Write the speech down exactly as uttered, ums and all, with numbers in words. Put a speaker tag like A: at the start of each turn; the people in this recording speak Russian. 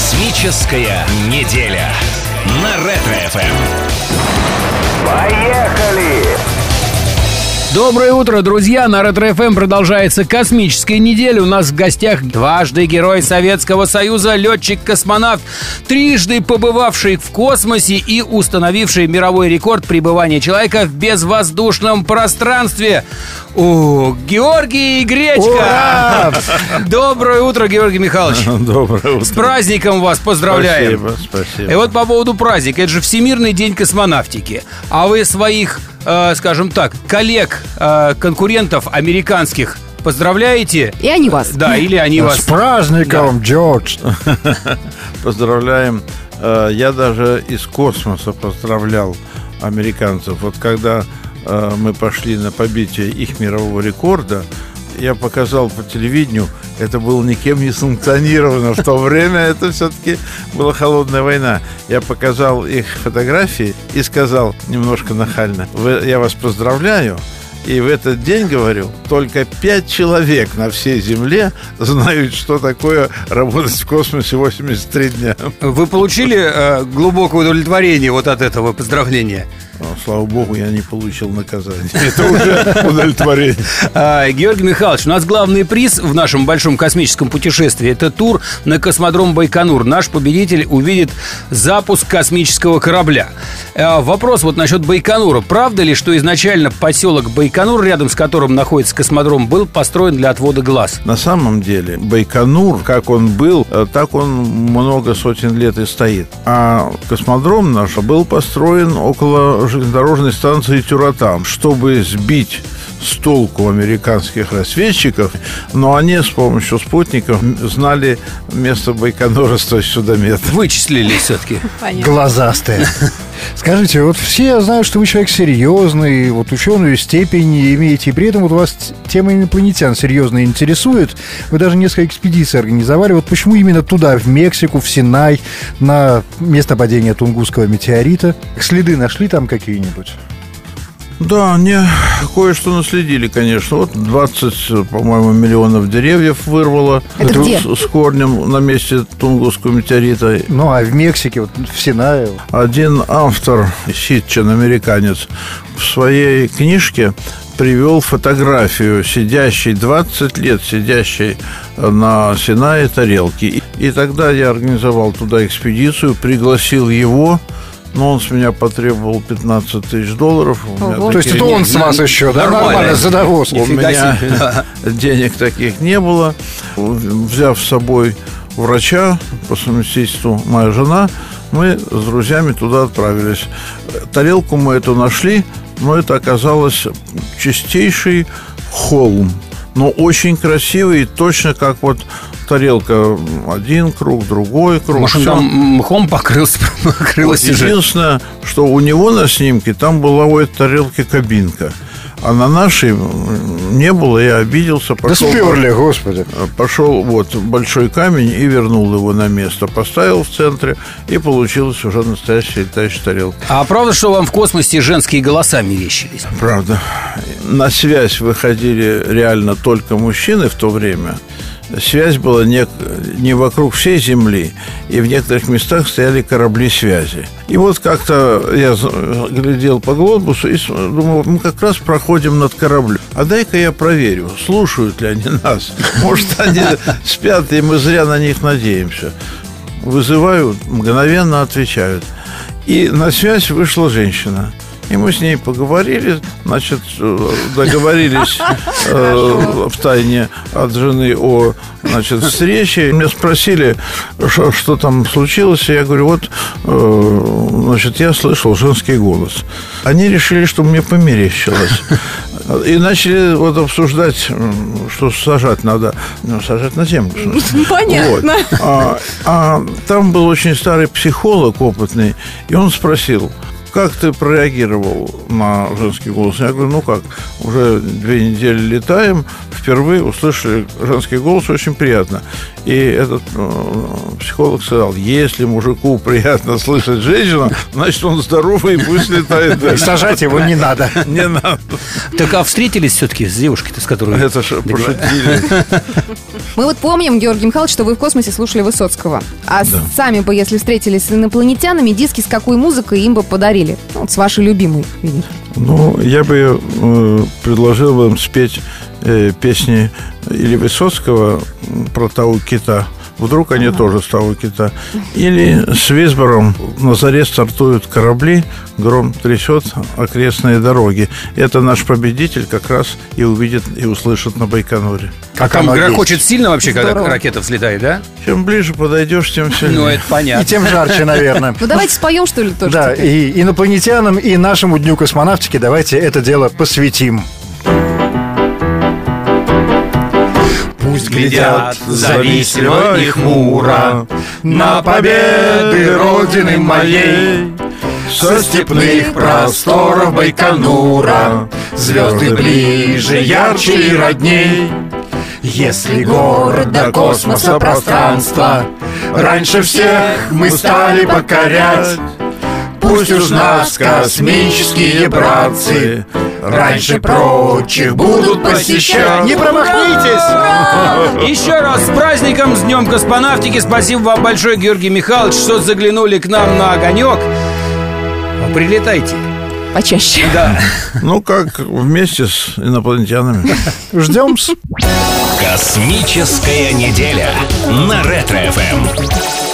A: Космическая неделя на Ретро-эф эм.
B: Поехали!
C: Доброе утро, друзья! На Ретро-эф эм продолжается космическая неделя. У нас в гостях дважды Герой Советского Союза, летчик-космонавт, трижды побывавший в космосе и установивший мировой рекорд пребывания человека в безвоздушном пространстве. О, Георгий Гречка!
D: Ура!
C: Доброе утро, Георгий Михайлович!
D: Доброе утро!
C: С праздником вас поздравляем!
D: Спасибо, спасибо.
C: И вот по поводу праздника, это же Всемирный день космонавтики. А вы своих, э, скажем так, коллег, э, конкурентов американских поздравляете?
E: И они вас.
C: Да, или они вас.
D: С праздником, да. Джордж! Поздравляем. Я даже из космоса поздравлял американцев. Вот когда мы пошли на побитие их мирового рекорда, я показал по телевидению, это было никем не санкционировано в то время, это все-таки была холодная война. Я показал их фотографии и сказал немножко нахально: я вас поздравляю. И в этот день, говорю, только пять человек на всей Земле знают, что такое работать в космосе восемьдесят три дня.
C: Вы получили э, глубокое удовлетворение вот от этого поздравления?
D: Ну, слава богу, я не получил наказание. Это уже удовлетворение.
C: а, Георгий Михайлович, у нас главный приз в нашем большом космическом путешествии — это тур на космодром Байконур. Наш победитель увидит запуск космического корабля. а, Вопрос вот насчет Байконура. Правда ли, что изначально поселок Байконур, рядом с которым находится космодром, был построен для отвода глаз?
D: На самом деле Байконур, как он был, так он много сотен лет и стоит. А космодром наш был построен около железнодорожной станции Тюратам, чтобы сбить с толку американских разведчиков, но они с помощью спутников знали место Байконура с тысячи метров.
C: Вычислили все-таки.
F: Глазастые. Скажите, вот все знают, что вы человек серьезный, вот ученую степень имеете, и при этом вот вас тема инопланетян серьезно интересует. Вы даже несколько экспедиций организовали. Вот почему именно туда, в Мексику, в Синай, на место падения Тунгусского метеорита? Следы нашли там какие-нибудь?
D: Да, не кое-что наследили, конечно. Вот двадцать, по-моему, миллионов деревьев вырвало.
E: Это где?
D: С, с корнем на месте Тунгусского метеорита.
F: Ну, а в Мексике, вот в Синае?
D: Один автор, Ситчен, американец, в своей книжке привел фотографию сидящей, двадцать лет сидящей на Синае тарелки. И тогда я организовал туда экспедицию, пригласил его. Но он с меня потребовал пятнадцать тысяч долларов.
F: То есть это он с вас еще, да? Нормально, за довоз.
D: У меня денег таких не было. Взяв с собой врача, по совместительству моя жена, мы с друзьями туда отправились. Тарелку мы эту нашли, но это оказалось чистейший холм. Но очень красивый, точно как вот тарелка, один круг, другой круг.
C: Может, он там мхом покрылся, покрылся
D: вот единственное, что у него на снимке там была у этой тарелки кабинка, а на нашей не было, я обиделся. Пошел,
F: да сперли, господи.
D: Пошел вот большой камень и вернул его на место, поставил в центре, и получилась уже настоящая летающая тарелка.
C: А правда, что вам в космосе женские голоса мерещились?
D: Правда. На связь выходили реально только мужчины в то время. Связь была не, не вокруг всей Земли, и в некоторых местах стояли корабли связи. И вот как-то я глядел по глобусу и думал, мы как раз проходим над кораблем. А дай-ка я проверю, слушают ли они нас. Может, они спят, и мы зря на них надеемся. Вызывают, мгновенно отвечают. И на связь вышла женщина. И мы с ней поговорили, значит, договорились э, втайне от жены о, значит, встрече. Меня спросили, что, что там случилось. И я говорю, вот, э, значит, я слышал женский голос. Они решили, что мне померещилось. И начали вот обсуждать, что сажать надо. Ну, сажать на землю.
E: Понятно.
D: Вот. А, а там был очень старый психолог опытный, и он спросил: как ты прореагировал на женский голос? Я говорю, ну как, уже две недели летаем, впервые услышали женский голос, очень приятно. И этот э, психолог сказал, если мужику приятно слышать женщину, значит, он здоровый и пусть летает дальше.
F: Сажать его не надо.
D: Не надо.
C: Так, а встретились все-таки с девушкой-то, с которой...
D: Это ж пошутили.
B: Мы вот помним, Георгий Михайлович, что вы в космосе слушали Высоцкого. А
D: Да.
B: сами бы, если встретились с инопланетянами, диски с какой музыкой им бы подарили? Ну, вот с вашей любимой, видимо.
D: Ну, я бы э, предложил вам спеть э, песни или Высоцкого про того кита. Вдруг они тоже с того кита. Или с Висбором на заре стартуют корабли, гром трясет окрестные дороги. Это наш победитель как раз и увидит, и услышит на Байконуре.
C: А там
F: оно
C: грохочет сильно вообще, когда
B: Здорово.
C: ракета взлетает, да?
D: Чем ближе подойдешь, тем сильнее.
C: Ну, это
F: И
C: понятно.
F: тем жарче, наверное.
B: Ну, давайте споем, что ли, тоже
F: Да,
B: теперь?
F: и инопланетянам, и нашему Дню космонавтики давайте это дело посвятим. Пусть глядят завистливо и хмуро на победы Родины моей. Со степных просторов Байконура звезды ближе, ярче и родней. Если город до космоса пространства раньше всех мы стали покорять, пусть уж нас космические братцы раньше прочих будут посещать. Не промахнитесь!
C: Еще раз с праздником, с Днем космонавтики. Спасибо вам большое, Георгий Михайлович, что заглянули к нам на огонек. Прилетайте.
B: Почаще.
C: Да.
D: Ну, как вместе с инопланетянами.
F: Ждем-с.
A: Космическая неделя на Ретро-ФМ.